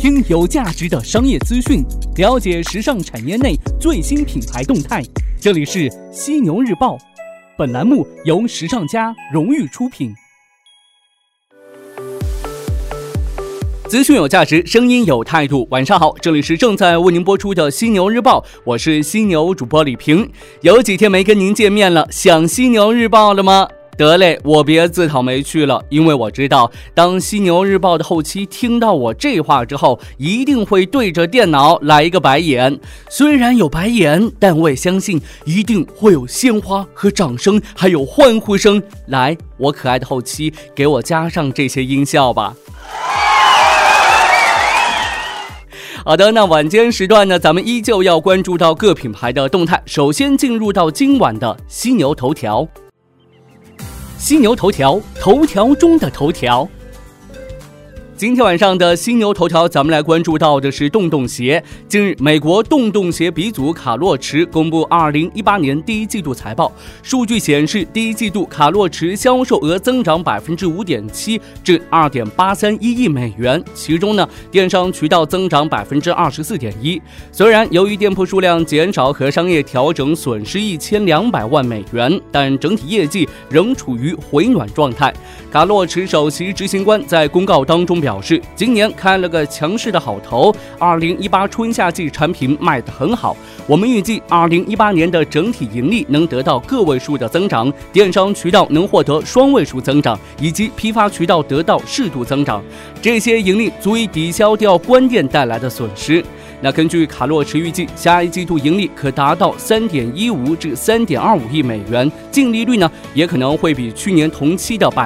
听有价值的商业资讯，了解时尚产业内最新品牌动态。这里是犀牛日报，本栏目由时尚家荣誉出品。资讯有价值，声音有态度。晚上好，这里是正在为您播出的犀牛日报，我是犀牛主播李平。有几天没跟您见面了，想犀牛日报了吗？得嘞，我别自讨没趣了，因为我知道当犀牛日报的后期听到我这话之后，一定会对着电脑来一个白眼。虽然有白眼，但我也相信一定会有鲜花和掌声，还有欢呼声。来，我可爱的后期给我加上这些音效吧。好的，那晚间时段呢，咱们依旧要关注到各品牌的动态。首先进入到今晚的犀牛头条。犀牛头条，头条中的头条。今天晚上的犀牛头条，咱们来关注到的是洞洞鞋。近日，美国洞洞鞋鼻祖卡洛驰公布2018年第一季度财报，数据显示，第一季度卡洛驰销售额增长 5.7% 至 2.831 亿美元，其中呢，电商渠道增长 24.1%。虽然由于店铺数量减少和商业调整损失1200万美元，但整体业绩仍处于回暖状态。卡洛驰首席执行官在公告当中表示，今年开了个强势的好头，2018春夏季产品卖得很好，我们预计2018年的整体盈利能得到个位数的增长，电商渠道能获得双位数增长，以及批发渠道得到适度增长，这些盈利足以抵消掉关店带来的损失。那根据卡洛驰预计，下一季度盈利可达到 3.15 至 3.25 亿美元，净利率呢也可能会比去年同期的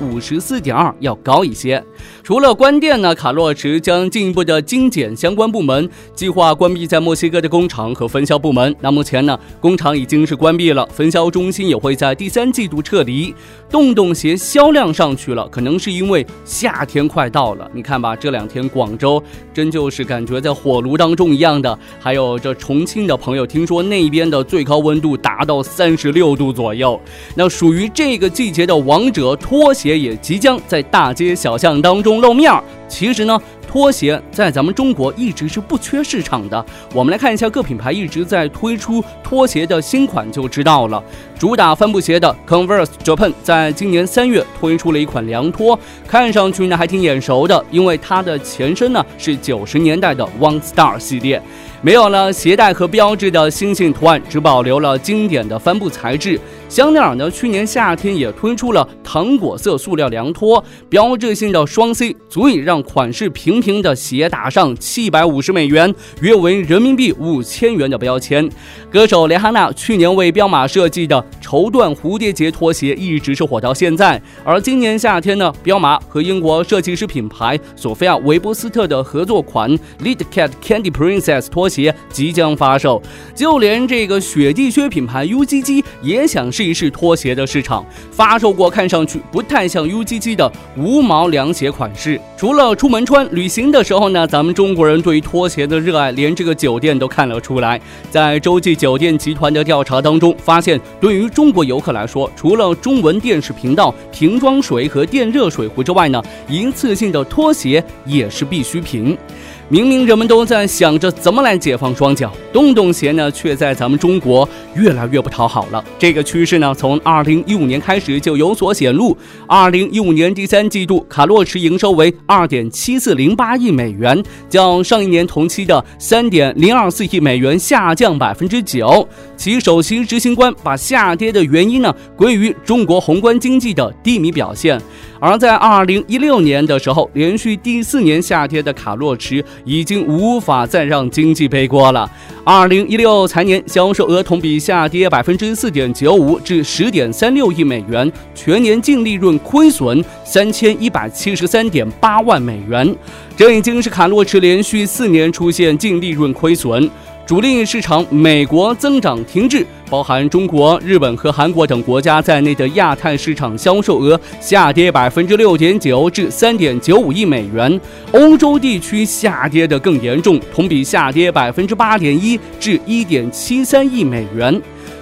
54.2% 要高一些。除了关店呢，卡洛驰将进一步的精简相关部门，计划关闭在墨西哥的工厂和分销部门。那目前呢，工厂已经是关闭了，分销中心也会在第3季度撤离。洞洞鞋销量上去了，可能是因为夏天快到了。你看吧，这2天广州真就是感觉在火炉当中一样的，还有这重庆的朋友，听说那边的最高温度达到36度左右。那属于这个季节的王者拖鞋也即将在大街小巷当中露面。其实呢，拖鞋在咱们中国一直是不缺市场的。我们来看一下各品牌一直在推出拖鞋的新款就知道了。主打帆布鞋的 Converse Japan 在今年3月推出了一款凉拖，看上去呢还挺眼熟的，因为它的前身呢是90年代的 One Star 系列。没有了鞋带和标志的星星图案，只保留了经典的帆布材质。香奈儿呢，去年夏天也推出了糖果色塑料凉拖，标志性的双 C 足以让款式平平的鞋打上750美元，约为人民币5000元的标签。歌手蕾哈娜去年为彪马设计的绸缎蝴蝶结拖鞋一直是火到现在，而今年夏天呢，彪马和英国设计师品牌索菲亚韦伯斯特的合作款 Lead Cat Candy Princess 拖鞋即将发售，就连这个雪地靴品牌 UGG 也想试一试拖鞋的市场，发售过看上去不太像 UGG 的无毛凉鞋款式。除了出门穿，旅行的时候呢，咱们中国人对于拖鞋的热爱，连这个酒店都看了出来。在洲际酒店集团的调查当中发现，对于中国游客来说，除了中文电视频道、瓶装水和电热水壶之外呢，一次性的拖鞋也是必需品。明明人们都在想着怎么来解放双脚，洞洞鞋呢却在咱们中国越来越不讨好了。这个趋势呢，从2015年开始就有所显露。2015年第3季度，卡洛驰营收为 2.7408 亿美元，较上一年同期的 3.024 亿美元下降 9%。其首席执行官把下跌的原因呢归于中国宏观经济的低迷表现。而在2016年的时候，连续第4年下跌的卡洛驰已经无法再让经济背锅了。2016财年销售额同比下跌 4.95% 至 10.36 亿美元，全年净利润亏损 3173.8 万美元，这已经是卡洛驰连续4年出现净利润亏损。主力市场美国增长停滞，包含中国、日本和韩国等国家在内的亚太市场销售额下跌 6.9% 至 3.95 亿美元，欧洲地区下跌得更严重，同比下跌 8.1% 至 1.73 亿美元。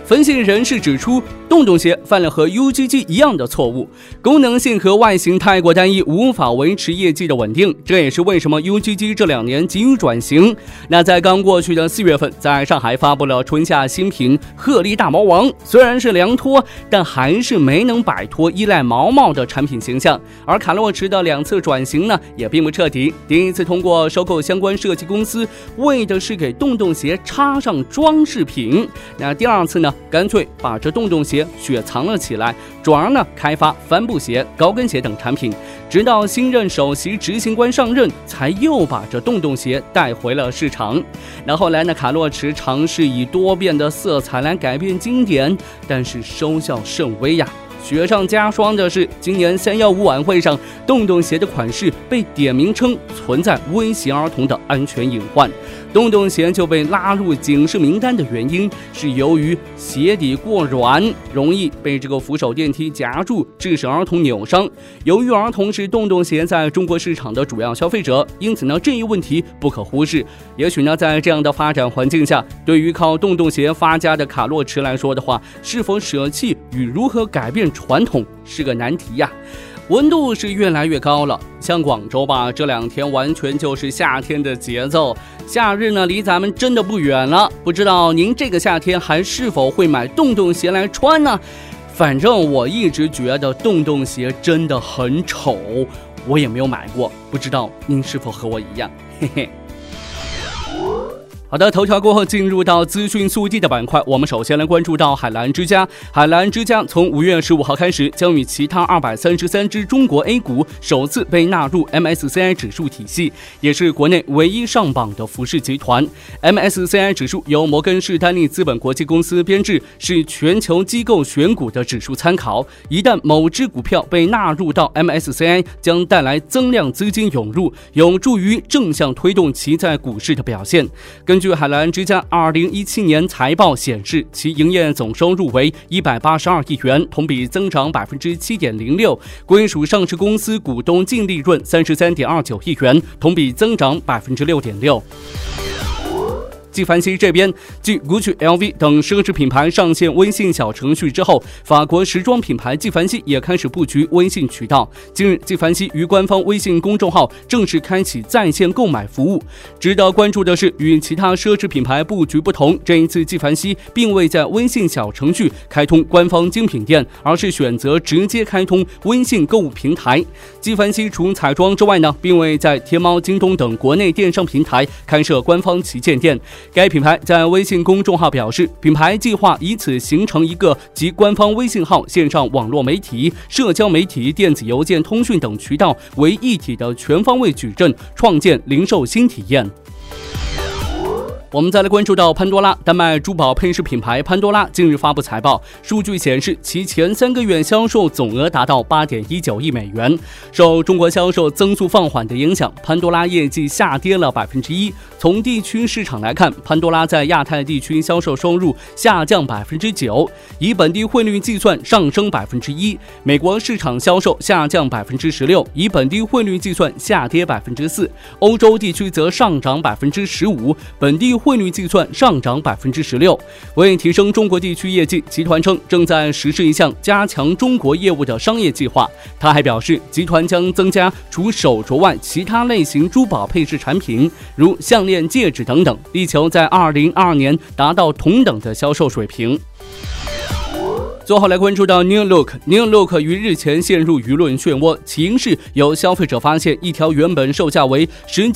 分析人士指出，洞洞鞋犯了和 UGG 一样的错误，功能性和外形太过单一，无法维持业绩的稳定。这也是为什么 UGG 这2年急于转型。那在刚过去的4月份，在上海发布了春夏新品鹤立大毛王，虽然是凉拖，但还是没能摆脱依赖毛毛的产品形象。而卡洛驰的2次转型呢，也并不彻底。第一次通过收购相关设计公司，为的是给洞洞鞋插上装饰品。那第2次呢，干脆把这洞洞鞋雪藏了起来，转而呢开发帆布鞋、高跟鞋等产品，直到新任首席执行官上任，才又把这洞洞鞋带回了市场。那后来呢，卡洛驰尝试以多变的色彩来改变经典，但是收效甚微呀。雪上加霜的是，今年315晚会上，洞洞鞋的款式被点名称存在威胁儿童的安全隐患。洞洞鞋就被拉入警示名单的原因是由于鞋底过软，容易被这个扶手电梯夹住，致使儿童扭伤。由于儿童是洞洞鞋在中国市场的主要消费者，因此呢，这一问题不可忽视。也许呢，在这样的发展环境下，对于靠洞洞鞋发家的卡洛驰来说的话，是否舍弃与如何改变传统是个难题呀。温度是越来越高了，像广州吧，这2天完全就是夏天的节奏。夏日呢，离咱们真的不远了。不知道您这个夏天还是否会买洞洞鞋来穿呢？反正我一直觉得洞洞鞋真的很丑，我也没有买过，不知道您是否和我一样，嘿嘿。好的，头条过后进入到资讯速递的板块，我们首先来关注到海澜之家。海澜之家从5月15号开始，将与其他233只中国 A 股首次被纳入 MSCI 指数体系，也是国内唯一上榜的服饰集团。MSCI 指数由摩根士丹利资本国际公司编制，是全球机构选股的指数参考。一旦某只股票被纳入到 MSCI， 将带来增量资金涌入，有助于正向推动其在股市的表现。根据海澜之家2017年财报显示，其营业总收入为182亿元，同比增长 7.06%， 归属上市公司股东净利润33.29亿元，同比增长 6.6%。纪梵希这边，继 Gucci、LV 等奢侈品牌上线微信小程序之后，法国时装品牌纪梵希也开始布局微信渠道。近日，纪梵希于官方微信公众号正式开启在线购买服务。值得关注的是，与其他奢侈品牌布局不同，这一次纪梵希并未在微信小程序开通官方精品店，而是选择直接开通微信购物平台。纪梵希除彩妆之外呢，并未在天猫、京东等国内电商平台开设官方旗舰店。该品牌在微信公众号表示，品牌计划以此形成一个集官方微信号、线上网络媒体、社交媒体、电子邮件、通讯等渠道为一体的全方位矩阵，创建零售新体验。我们再来关注到潘多拉，丹麦珠宝配饰品牌潘多拉近日发布财报，数据显示其前3个月销售总额达到 8.19 亿美元。受中国销售增速放缓的影响，潘多拉业绩下跌了 1%。从地区市场来看，潘多拉在亚太地区销售收入下降 9%， 以本地汇率计算上升 1%， 美国市场销售下降 16%， 以本地汇率计算下跌 4%， 欧洲地区则上涨 15%， 本地汇率计算上涨 16%。 为提升中国地区业绩，集团称正在实施一项加强中国业务的商业计划。他还表示，集团将增加除手镯外其他类型珠宝配饰产品，如项链、戒指等等，力求在2022年达到同等的销售水平。最后来关注到 New Look。New Look 于日前陷入舆论漩涡，起因是有消费者发现一条原本售价为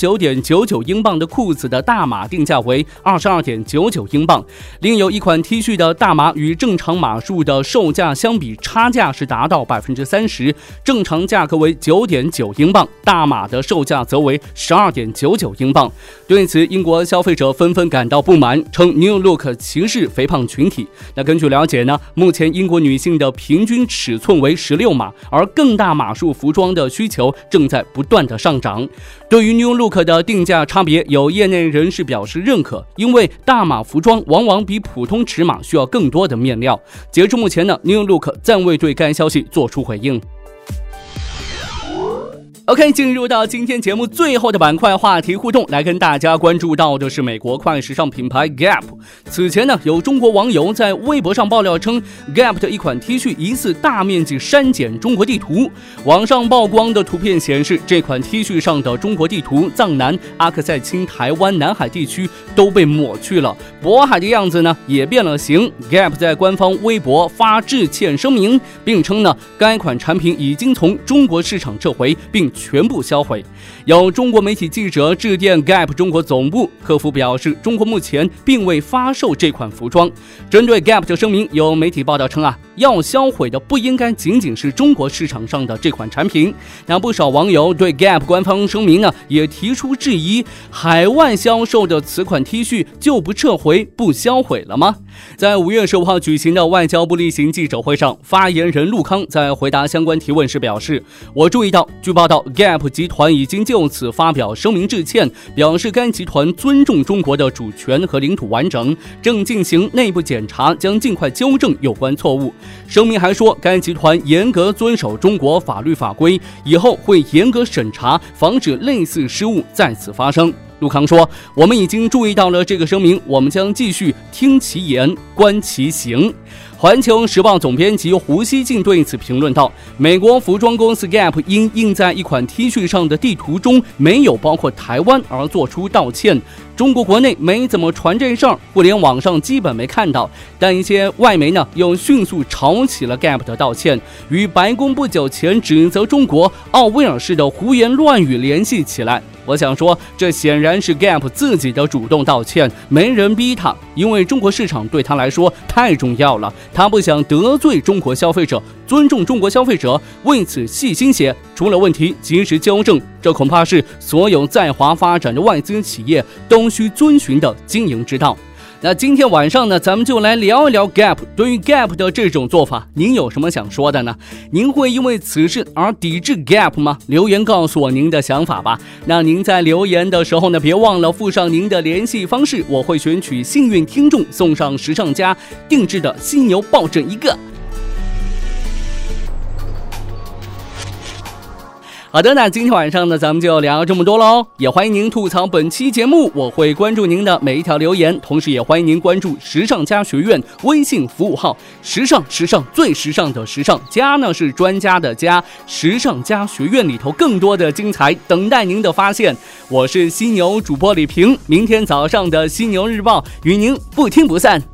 19.99 英镑的裤子的大码定价为 22.99 英镑。另有一款 T 恤的大码与正常码数的售价相比，差价是达到 30%， 正常价格为 9.9 英镑，大码的售价则为 12.99 英镑。对此，英国消费者纷纷感到不满，称 New Look 歧视肥胖群体。那根据了解呢，目前英国女性的平均尺寸为16码，而更大码数服装的需求正在不断的上涨。对于 New Look 的定价差别，有业内人士表示认可，因为大码服装往往比普通尺码需要更多的面料。截至目前呢， New Look 暂未对该消息做出回应。 OK， 进入到今天节目最后的板块话题互动，来跟大家关注到的是美国快时尚品牌 Gap。 此前呢，有中国网友在微博上爆料称 Gap 的一款 T 恤疑似大面积删减中国地图。网上曝光的图片显示，这款 T 恤上的中国地图藏南、阿克塞钦、台湾、南海地区都被抹去了，渤海的样子呢也变了形。 Gap 在官方微博发致歉声明，并称呢该款产品已经从中国市场撤回并全部销毁。有中国媒体记者致电 Gap 中国总部，客服表示中国目前并未发售这款服装。针对 Gap 的声明，有媒体报道称要销毁的不应该仅仅是中国市场上的这款产品。那不少网友对 Gap 官方声明呢也提出质疑，海外销售的此款 T 恤就不撤回不销毁了吗？在5月15号举行的外交部例行记者会上，发言人陆康在回答相关提问时表示，我注意到据报道 Gap 集团已经就此发表声明致歉，表示该集团尊重中国的主权和领土完整，正进行内部检查，将尽快纠正有关错误。声明还说，该集团严格遵守中国法律法规，以后会严格审查，防止类似失误再次发生。陆康说，我们已经注意到了这个声明，我们将继续听其言观其行。环球时报总编辑胡锡进对此评论道，美国服装公司 Gap 因印在一款 T 恤上的地图中没有包括台湾而做出道歉。中国国内没怎么传这事儿，互联网上基本没看到，但一些外媒呢又迅速炒起了 Gap 的道歉，与白宫不久前指责中国奥威尔式的胡言乱语联系起来。我想说，这显然是 Gap 自己的主动道歉，没人逼他，因为中国市场对他来说太重要了，他不想得罪中国消费者，尊重中国消费者，为此细心些，出了问题及时纠正，这恐怕是所有在华发展的外资企业都需遵循的经营之道。那今天晚上呢，咱们就来聊一聊 Gap。 对于 Gap 的这种做法，您有什么想说的呢？您会因为此事而抵制 Gap 吗？留言告诉我您的想法吧。那您在留言的时候呢，别忘了附上您的联系方式，我会选取幸运听众送上时尚家定制的犀牛抱枕一个。好的，那今天晚上呢，咱们就聊这么多喽。也欢迎您吐槽本期节目，我会关注您的每一条留言，同时也欢迎您关注时尚家学院微信服务号，时尚最时尚的时尚，家呢是专家的家，时尚家学院里头更多的精彩等待您的发现。我是犀牛主播李平，明天早上的犀牛日报与您不听不散。